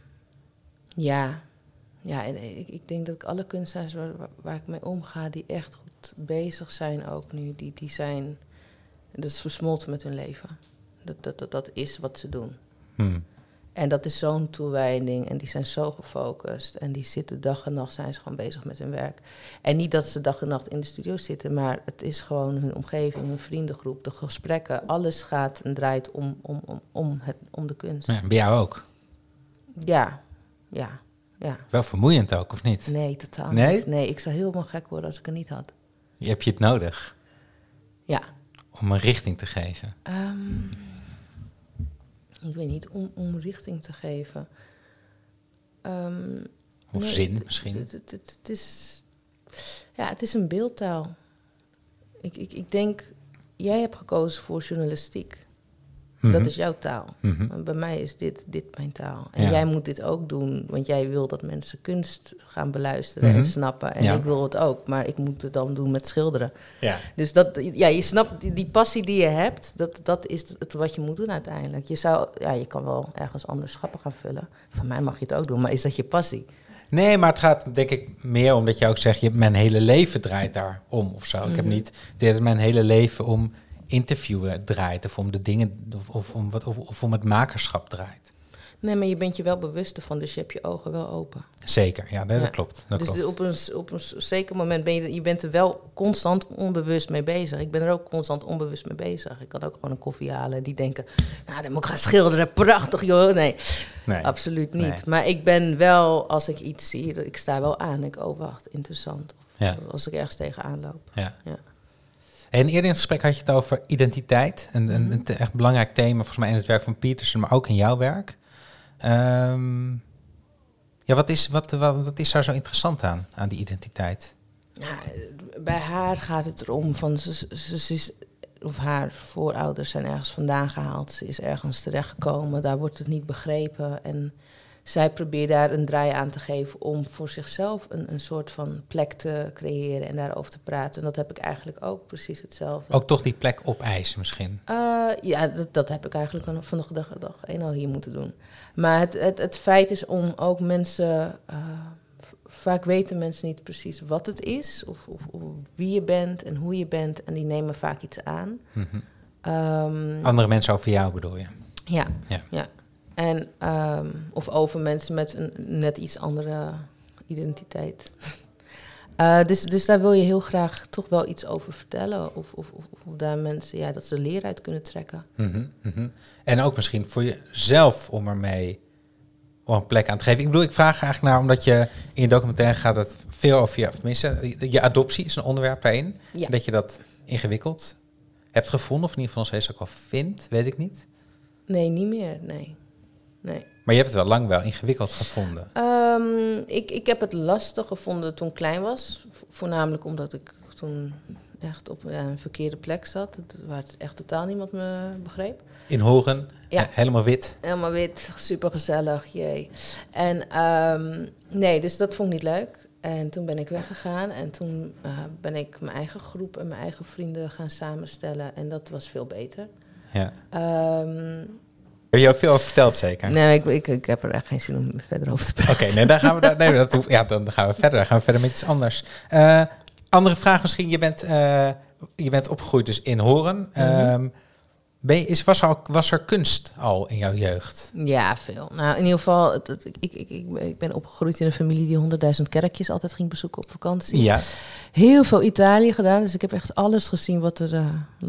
ja, ja en ik, ik denk dat ik alle kunstenaars waar, waar ik mee omga, die echt goed bezig zijn ook nu, die, die zijn, dat is versmolten met hun leven. Dat, dat, dat, dat is wat ze doen. Hmm. En dat is zo'n toewijding en die zijn zo gefocust. En die zitten dag en nacht, zijn ze gewoon bezig met hun werk. En niet dat ze dag en nacht in de studio zitten, maar het is gewoon hun omgeving, hun vriendengroep, de gesprekken. Alles gaat en draait om, om, om, om, het, om de kunst. Ja, bij jou ook? Ja, ja, ja. Wel vermoeiend ook, of niet? Nee, totaal nee? niet. Nee, ik zou helemaal gek worden als ik het niet had. Heb je het nodig? Ja. Om een richting te geven? Um, Ik weet niet, om, om richting te geven. Um, of nee, zin misschien? Het, het, het, het, is, ja, het is een beeldtaal. Ik, ik, ik denk, jij hebt gekozen voor journalistiek. Mm-hmm. Dat is jouw taal. Mm-hmm. Bij mij is dit, dit mijn taal. En ja. jij moet dit ook doen, want jij wil dat mensen kunst gaan beluisteren mm-hmm. en snappen. En ja. ik wil het ook, maar ik moet het dan doen met schilderen. Ja. Dus dat, ja, je snapt, die, die passie die je hebt, dat, dat is het wat je moet doen uiteindelijk. Je zou, ja, je kan wel ergens anders schappen gaan vullen. Van mij mag je het ook doen, maar is dat je passie? Nee, maar het gaat denk ik meer om dat je ook zegt, je, mijn hele leven draait daar om of zo. Mm-hmm. Ik heb niet, dit is mijn hele leven om interviewen draait of om de dingen of, of, om wat, of, of om het makerschap draait. Nee, maar je bent je wel bewust ervan, dus je hebt je ogen wel open. Zeker, ja, dat, ja. dat klopt. Dat dus klopt. Op, een, op een zeker moment ben je, je bent er wel constant onbewust mee bezig. Ik ben er ook constant onbewust mee bezig. Ik kan ook gewoon een koffie halen die denken, nou, dan moet ik gaan schilderen, prachtig joh. Nee, nee. absoluut niet. Nee. Maar ik ben wel, als ik iets zie, ik sta wel aan. Ik, oh wacht, interessant. Of ja. Als ik ergens tegenaan loop. Ja. ja. En eerder in het gesprek had je het over identiteit. Een, mm-hmm. een, een echt belangrijk thema volgens mij in het werk van Petersen, maar ook in jouw werk. Um, ja, wat is, wat, wat, wat is daar zo interessant aan, aan die identiteit? Ja, bij haar gaat het erom van, ze, ze, ze is, of haar voorouders zijn ergens vandaan gehaald. Ze is ergens terechtgekomen, daar wordt het niet begrepen. En zij probeert daar een draai aan te geven om voor zichzelf een, een soort van plek te creëren en daarover te praten. En dat heb ik eigenlijk ook precies hetzelfde. Ook toch die plek opeisen misschien? Uh, ja, dat, dat heb ik eigenlijk van de dag, dag één al hier moeten doen. Maar het, het, het feit is om ook mensen... Uh, vaak weten mensen niet precies wat het is, of, of, of wie je bent en hoe je bent. En die nemen vaak iets aan. Mm-hmm. Um, Andere mensen over jou bedoel je? Ja, ja. ja. En, um, of over mensen met een net iets andere identiteit. uh, dus, dus daar wil je heel graag toch wel iets over vertellen. Of, of, of, of daar mensen, ja, dat ze leer uit kunnen trekken. Mm-hmm, mm-hmm. En ook misschien voor jezelf om ermee om een plek aan te geven. Ik bedoel, ik vraag er eigenlijk naar, omdat je in je documentaire gaat het veel over je, tenminste, je adoptie is een onderwerp daarin. Ja. Dat je dat ingewikkeld hebt gevonden, of in ieder geval nog steeds ook wel vindt, weet ik niet. Nee, niet meer, nee. Nee. Maar je hebt het wel lang wel ingewikkeld gevonden. Um, ik, ik heb het lastig gevonden toen ik klein was. Voornamelijk omdat ik toen echt op ja, een verkeerde plek zat. Waar het echt totaal niemand me begreep. In Horen, ja. he, helemaal wit. Helemaal wit, super gezellig, jee. En um, nee, dus dat vond ik niet leuk. En toen ben ik weggegaan en toen uh, ben ik mijn eigen groep en mijn eigen vrienden gaan samenstellen. En dat was veel beter. Ja. Um, Heb je jou veel over verteld, zeker? Nee, ik, ik, ik heb er echt geen zin om verder over te praten. Oké, okay, nee, dan gaan we, nee, dat, ja, dan gaan we verder. Dan gaan we verder met iets anders. Uh, andere vraag misschien. Je bent, uh, je bent opgegroeid dus in Horen. Mm-hmm. Um, ben je, is, was, er al, was er kunst al in jouw jeugd? Ja, veel. Nou, in ieder geval, het, het, ik, ik, ik, ik ben opgegroeid in een familie die honderdduizend kerkjes altijd ging bezoeken op vakantie. Ja. Heel veel Italië gedaan, dus ik heb echt alles gezien wat er uh,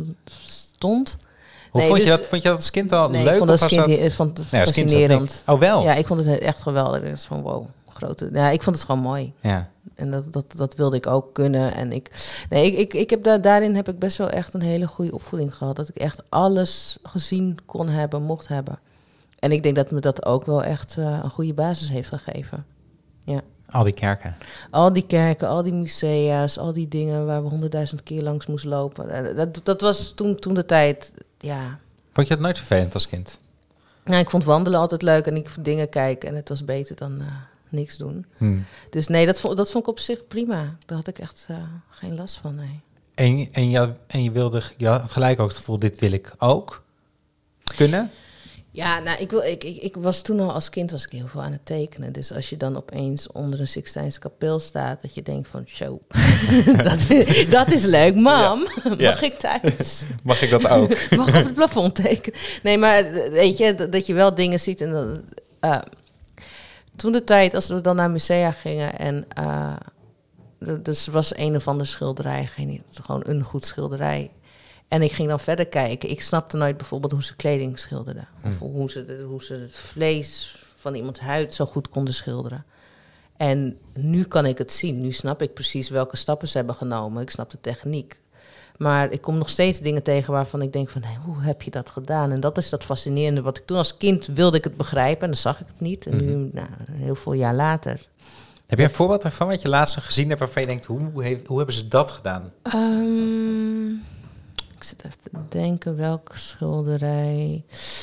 stond. Hoe nee, vond, dus, je dat, vond je dat als kind al nee, leuk? Ik vond dat als kind, dat... ik vond het nee, fascinerend. Oh, wel? Ja, ik vond het echt geweldig. Het is gewoon wow, grote. Ja, ik vond het gewoon mooi. Ja. En dat, dat, dat wilde ik ook kunnen. En ik, nee, ik, ik, ik heb da- daarin heb ik best wel echt een hele goede opvoeding gehad. Dat ik echt alles gezien kon hebben, mocht hebben. En ik denk dat me dat ook wel echt uh, een goede basis heeft gegeven. Ja. Al die kerken. Al die kerken, al die musea's, al die dingen waar we honderdduizend keer langs moesten lopen. Dat, dat was toen, toen de tijd, ja. Vond je dat nooit vervelend als kind? Nou, ik vond wandelen altijd leuk en ik vond dingen kijken en het was beter dan, uh, niks doen. Hmm. Dus nee, dat vond, dat vond ik op zich prima. Daar had ik echt uh, geen last van, nee. En, en, je, en je wilde, je had gelijk ook het gevoel, dit wil ik ook kunnen? Ja, nou, ik, wil, ik, ik, ik was toen al als kind was ik heel veel aan het tekenen. Dus als je dan opeens onder een Sixtijnse kapel staat, dat je denkt van, show, dat, is, dat is leuk, mam. Ja. Mag ja. ik thuis? Mag ik dat ook? Mag ik op het plafond tekenen? Nee, maar weet je, dat, dat je wel dingen ziet. En dan, uh, toen de tijd, als we dan naar musea gingen en uh, dus was een of andere schilderij, geen, gewoon een goed schilderij. En ik ging dan verder kijken. Ik snapte nooit bijvoorbeeld hoe ze kleding schilderden. Hmm. Of hoe ze, de, hoe ze het vlees van iemands huid zo goed konden schilderen. En nu kan ik het zien. Nu snap ik precies welke stappen ze hebben genomen. Ik snap de techniek. Maar ik kom nog steeds dingen tegen waarvan ik denk van, hey, hoe heb je dat gedaan? En dat is dat fascinerende. Wat ik toen als kind wilde ik het begrijpen en dan zag ik het niet. En nu, mm-hmm. nou, heel veel jaar later. Heb je een voorbeeld ervan wat je laatst gezien hebt waarvan je denkt, hoe, he, hoe hebben ze dat gedaan? Um, ik zit even te denken, welke schilderij...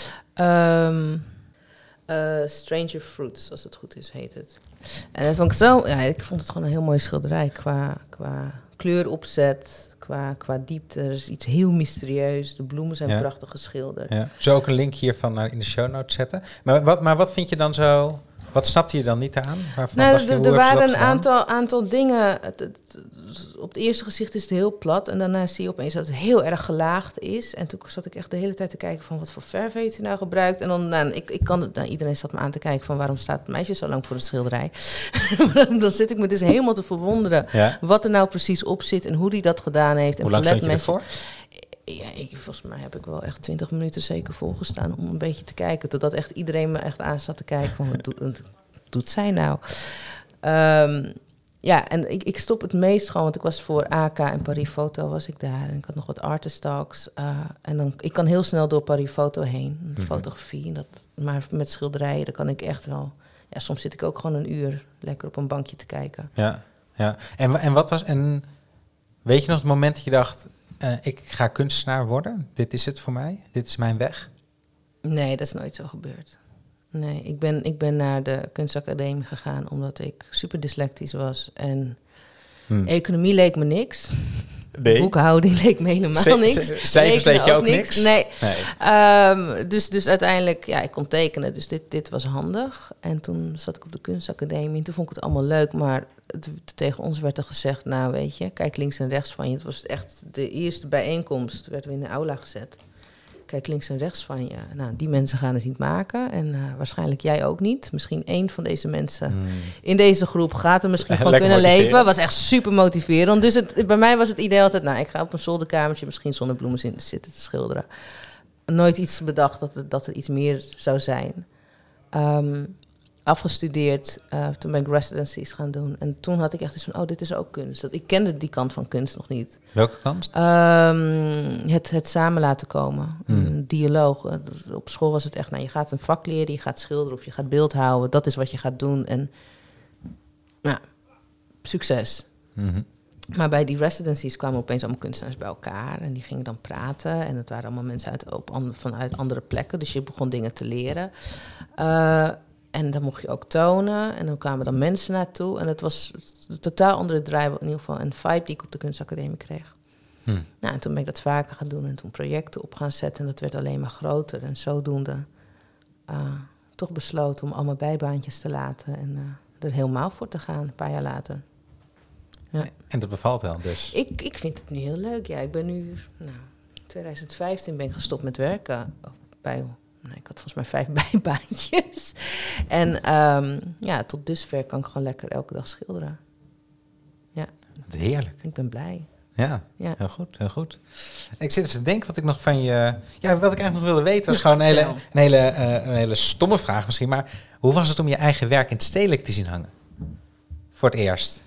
Um, uh, Stranger Fruits, als het goed is, heet het. En dat vond ik zo... Ja, ik vond het gewoon een heel mooi schilderij qua, qua kleuropzet... Qua, qua diepte, er is iets heel mysterieus. De bloemen zijn ja. prachtig geschilderd. Ja. Zo ook een link hiervan naar in de show notes zetten. Maar wat, maar wat vind je dan zo... Wat snapte je dan niet aan? Nou, je, er waren een aantal, aantal dingen. Het, het, het, op het eerste gezicht is het heel plat. En daarna zie je opeens dat het heel erg gelaagd is. En toen zat ik echt de hele tijd te kijken van... wat voor verf heeft hij nou gebruikt? En dan, nou, ik, ik kan het, nou, iedereen zat me aan te kijken van... waarom staat het meisje zo lang voor het schilderij? Dan zit ik me dus helemaal te verwonderen... Ja? wat er nou precies op zit en hoe hij dat gedaan heeft. Hoe lang stond je ervoor? Ja, ik, volgens mij heb ik wel echt twintig minuten zeker volgestaan om een beetje te kijken. Totdat echt iedereen me echt aan zat te kijken van wat doet, wat doet zij nou? Um, ja, en ik, ik stop het meest gewoon, want ik was voor A K en Paris Foto was ik daar. En ik had nog wat artist talks. Uh, en dan, ik kan heel snel door Paris Foto heen, mm-hmm. fotografie. Dat, maar met schilderijen, daar kan ik echt wel... Ja, soms zit ik ook gewoon een uur lekker op een bankje te kijken. Ja, ja. En, en wat was... En weet je nog het moment dat je dacht... Uh, ik ga kunstenaar worden. Dit is het voor mij. Dit is mijn weg. Nee, dat is nooit zo gebeurd. Nee, ik ben, ik ben naar de kunstacademie gegaan... omdat ik super dyslectisch was. En hmm. economie leek me niks. Nee. Boekhouding leek me helemaal C- niks. C- cijfers leek je ook niks? niks? Nee. nee. Um, dus, dus uiteindelijk, ja, ik kon tekenen. Dus dit, dit was handig. En toen zat ik op de kunstacademie. En toen vond ik het allemaal leuk, maar... Het, tegen ons werd er gezegd, nou weet je, kijk links en rechts van je. Het was echt de eerste bijeenkomst, werden we in de aula gezet. Kijk links en rechts van je. Nou, die mensen gaan het niet maken en uh, waarschijnlijk jij ook niet. Misschien één van deze mensen hmm. in deze groep gaat er misschien van kunnen leven. Was echt super motiverend. Dus het, bij mij was het idee altijd, nou, ik ga op een zolderkamertje misschien zonnebloemen zitten te schilderen. Nooit iets bedacht dat er, dat er iets meer zou zijn. Um, afgestudeerd, uh, toen ben ik residencies gaan doen. En toen had ik echt eens van, oh, dit is ook kunst. Dat, ik kende die kant van kunst nog niet. Welke kant? Um, het, het samen laten komen. Hmm. Een dialoog. Op school was het echt, nou, je gaat een vak leren, je gaat schilderen of je gaat beeld houden. Dat is wat je gaat doen. En nou, succes. Mm-hmm. Maar bij die residencies kwamen opeens allemaal kunstenaars bij elkaar. En die gingen dan praten. En het waren allemaal mensen uit, op, an, vanuit andere plekken. Dus je begon dingen te leren. Uh, En dan mocht je ook tonen. En dan kwamen dan mensen naartoe. En het was een totaal andere draai, in ieder geval een vibe die ik op de kunstacademie kreeg. Hmm. Nou, en toen ben ik dat vaker gaan doen. En toen projecten op gaan zetten. En dat werd alleen maar groter. En zodoende uh, toch besloten om allemaal bijbaantjes te laten. En uh, er helemaal voor te gaan, een paar jaar later. Ja. En dat bevalt wel dus? Ik, ik vind het nu heel leuk, ja. Ik ben nu, nou, twintig vijftien ben ik gestopt met werken bij... Nee, ik had volgens mij vijf bijbaantjes. En um, ja, tot dusver kan ik gewoon lekker elke dag schilderen. Ja. Heerlijk. Ik ben blij. Ja, ja, heel goed, heel goed. Ik zit even te denken wat ik nog van je... Ja, wat ik eigenlijk nog wilde weten was gewoon een hele, een hele, uh, een hele stomme vraag misschien. Maar hoe was het om je eigen werk in het stedelijk te zien hangen? Voor het eerst.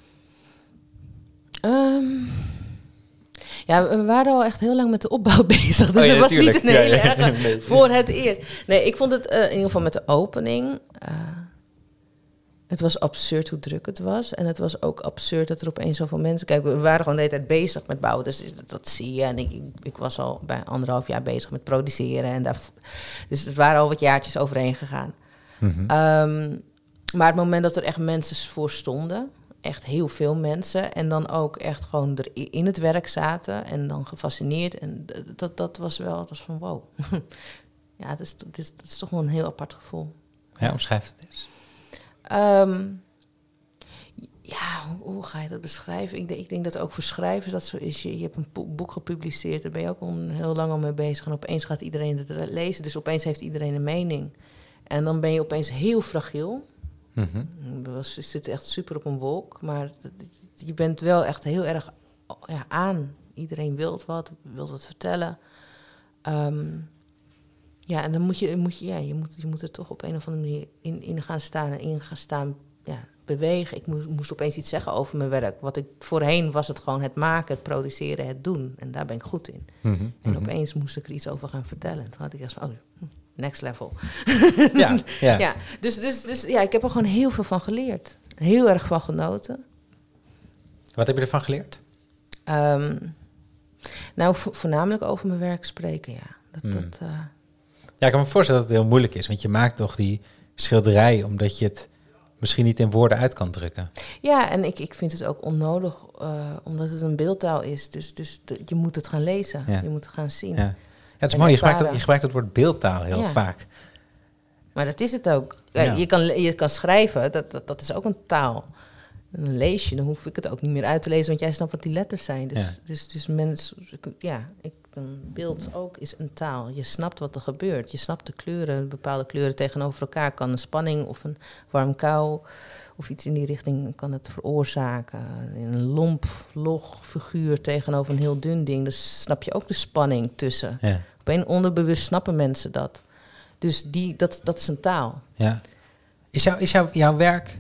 Um, Ja, we waren al echt heel lang met de opbouw bezig. Dus oh ja, het was tuurlijk. niet een hele ja, ja. erge nee. voor het eerst. Nee, ik vond het uh, in ieder geval met de opening... Uh, het was absurd hoe druk het was. En het was ook absurd dat er opeens zoveel mensen... Kijk, we waren gewoon de hele tijd bezig met bouwen. Dus dat, dat zie je. En ik, ik was al bij anderhalf jaar bezig met produceren. En daar, dus er waren al wat jaartjes overheen gegaan. Mm-hmm. Um, Maar het moment dat er echt mensen voor stonden, echt heel veel mensen, en dan ook echt gewoon er in het werk zaten en dan gefascineerd. En dat, dat was wel, dat was van wow. Ja, dat is, dat, is, dat is toch wel een heel apart gevoel. Ja, omschrijf het eens. Um, ja, hoe, hoe ga je dat beschrijven? Ik, denk, ik denk dat ook voor schrijvers dat zo is. Je, je hebt een boek gepubliceerd, daar ben je ook al heel lang al mee bezig. En opeens gaat iedereen het lezen, dus opeens heeft iedereen een mening. En dan ben je opeens heel fragiel. Mm-hmm. Je zit echt super op een wolk, maar je bent wel echt heel erg ja, aan. Iedereen wil wat, wil wat vertellen. Um, ja, en dan moet je, moet je, ja, je, moet, je moet er toch op een of andere manier in, in gaan staan en in gaan staan, ja, bewegen. Ik moest, moest opeens iets zeggen over mijn werk. Wat ik voorheen was het gewoon het maken, het produceren, het doen. En daar ben ik goed in. Mm-hmm. En opeens moest ik er iets over gaan vertellen. En toen had ik echt van, oh, next level. Ja, ja. ja dus, dus, dus ja, ik heb er gewoon heel veel van geleerd. Heel erg van genoten. Wat heb je ervan geleerd? Um, nou, vo- voornamelijk over mijn werk spreken, ja. Dat, mm. dat, uh... Ja, ik kan me voorstellen dat het heel moeilijk is. Want je maakt toch die schilderij omdat je het misschien niet in woorden uit kan drukken. Ja, en ik, ik vind het ook onnodig, uh, omdat het een beeldtaal is. Dus, dus de, je moet het gaan lezen, ja. Je moet het gaan zien. Ja, ja het is mooi, je gebruikt, dat, je gebruikt het woord beeldtaal heel ja. vaak. Maar dat is het ook. Ja. Je, kan, je kan schrijven, dat, dat, dat is ook een taal. En dan lees je, dan hoef ik het ook niet meer uit te lezen, want jij snapt wat die letters zijn. Dus, ja. dus, dus mensen, ja, ik, een beeld ook is een taal. Je snapt wat er gebeurt. Je snapt de kleuren, bepaalde kleuren tegenover elkaar. Kan een spanning of een warm kou of iets in die richting kan het veroorzaken. Een lomp, log figuur tegenover een heel dun ding. Dus snap je ook de spanning tussen. Ja. Op een onderbewust snappen mensen dat. Dus die, dat, dat is een taal. Ja. Is, jou, is jou, jouw werk...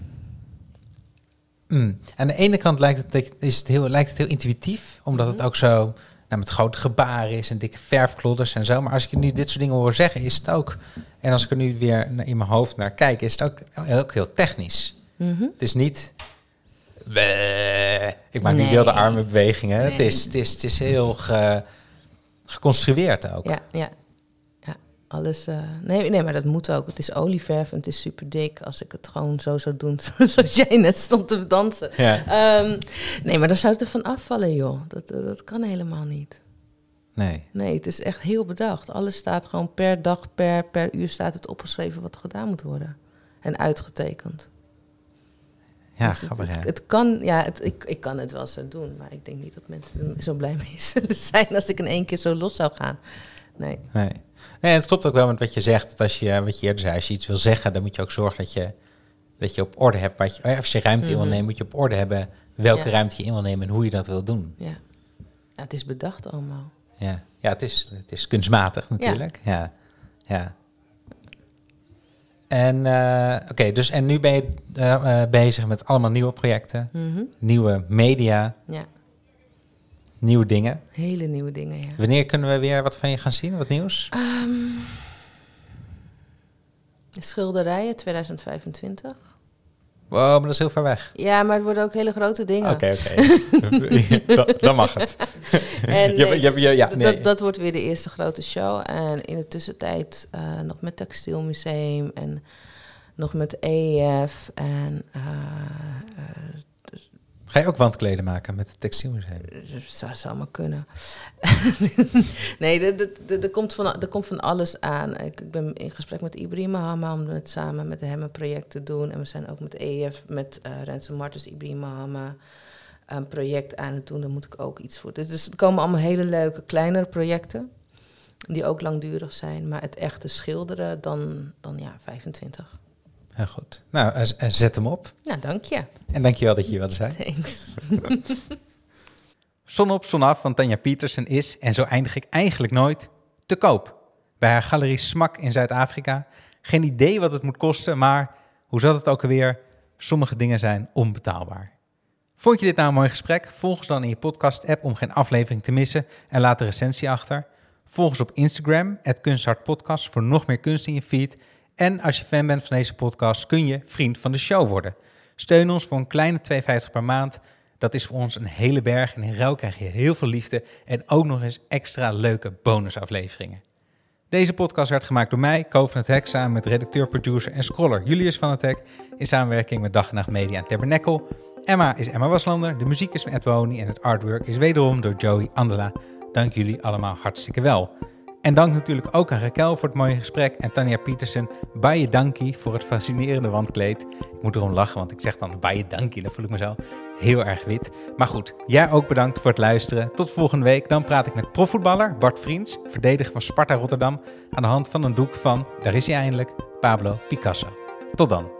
Mm. Aan de ene kant lijkt het, is het, heel, lijkt het heel intuïtief, omdat mm-hmm. het ook zo nou, met grote gebaren is en dikke verfklodders en zo. Maar als ik je nu dit soort dingen hoor zeggen, is het ook... En als ik er nu weer in mijn hoofd naar kijk, is het ook, ook heel technisch. Mm-hmm. Het is niet... Ik maak nee. nu wilde armenbewegingen. Nee. Het, is, het, is, het is heel ge, geconstrueerd ook. Ja, ja. Alles, uh, nee, nee, maar dat moet ook. Het is olieverf en het is super dik. Als ik het gewoon zo zou doen, zoals jij net stond te dansen. Ja. Um, nee, maar dan zou het ervan afvallen, joh. Dat, uh, dat kan helemaal niet. Nee. Nee, het is echt heel bedacht. Alles staat gewoon per dag, per, per uur staat het opgeschreven wat er gedaan moet worden. En uitgetekend. Ja, dus grappig, het, ja. Het, het kan, ja, het, ik, ik kan het wel zo doen. Maar ik denk niet dat mensen er zo blij mee zullen zijn als ik in één keer zo los zou gaan. Nee. Nee. Nee, het klopt ook wel met wat je zegt. Dat als je, wat je eerder zei, als je iets wil zeggen, dan moet je ook zorgen dat je, dat je op orde hebt. Wat je, als je ruimte mm-hmm. in wil nemen, moet je op orde hebben welke ja. ruimte je in wil nemen en hoe je dat wil doen. Ja, ja het is bedacht allemaal. Ja, ja het, is, het is kunstmatig natuurlijk. Ja, ja. ja. En uh, oké, okay, dus en nu ben je uh, uh, bezig met allemaal nieuwe projecten, mm-hmm. nieuwe media. Ja. Nieuwe dingen. Hele nieuwe dingen, ja. Wanneer kunnen we weer wat van je gaan zien? Wat nieuws? Um, schilderijen twintig vijfentwintig. Wow, maar dat is heel ver weg. Ja, maar het worden ook hele grote dingen. Oké, okay, oké. Okay. Dan mag het. En nee, je, je, je, ja, nee. dat, dat wordt weer de eerste grote show. En in de tussentijd uh, nog met Textielmuseum en nog met E E F en... Uh, uh, Ga je ook wandkleden maken met het Textielmuseum? Dat zou, zou maar kunnen. nee, er komt van, komt van alles aan. Ik, ik ben in gesprek met Ibrahim Mahama om het samen met hem een project te doen. En we zijn ook met E E F, met uh, Renze Martens, Ibrahim Mahama een project aan het doen. Daar moet ik ook iets voor. Dus er komen allemaal hele leuke, kleinere projecten. Die ook langdurig zijn. Maar het echte schilderen, dan, dan ja, vijfentwintig. Heel goed. Nou, uh, uh, zet hem op. Nou, dank je. En dank je wel dat je hier wilde zijn. Thanks. Zon op, zon af van Tanja Pietersen is, en zo eindig ik eigenlijk nooit, te koop. Bij haar galerie Smak in Zuid-Afrika. Geen idee wat het moet kosten, maar hoe zat het ook alweer? Sommige dingen zijn onbetaalbaar. Vond je dit nou een mooi gesprek? Volg ons dan in je podcast-app om geen aflevering te missen en laat een recensie achter. Volg ons op Instagram, at kunsthartpodcast, voor nog meer kunst in je feed. En als je fan bent van deze podcast, kun je vriend van de show worden. Steun ons voor een kleine twee euro vijftig per maand. Dat is voor ons een hele berg. En in ruil krijg je heel veel liefde en ook nog eens extra leuke bonusafleveringen. Deze podcast werd gemaakt door mij, Ko van het Hek, samen met redacteur, producer en scroller Julius van het Hek, in samenwerking met Dag en Nacht Media en Tabernacle. Emma is Emma Waslander, de muziek is van Ed Woni en het artwork is wederom door Joey Andela. Dank jullie allemaal hartstikke wel. En dank natuurlijk ook aan Raquel voor het mooie gesprek en Tanja Pietersen, baie dankie voor het fascinerende wandkleed. Ik moet erom lachen, want ik zeg dan baie dankie, dan voel ik me zo heel erg wit. Maar goed, jij ook bedankt voor het luisteren. Tot volgende week, dan praat ik met profvoetballer Bart Vriends, verdediger van Sparta Rotterdam, aan de hand van een doek van, daar is hij eindelijk, Pablo Picasso. Tot dan.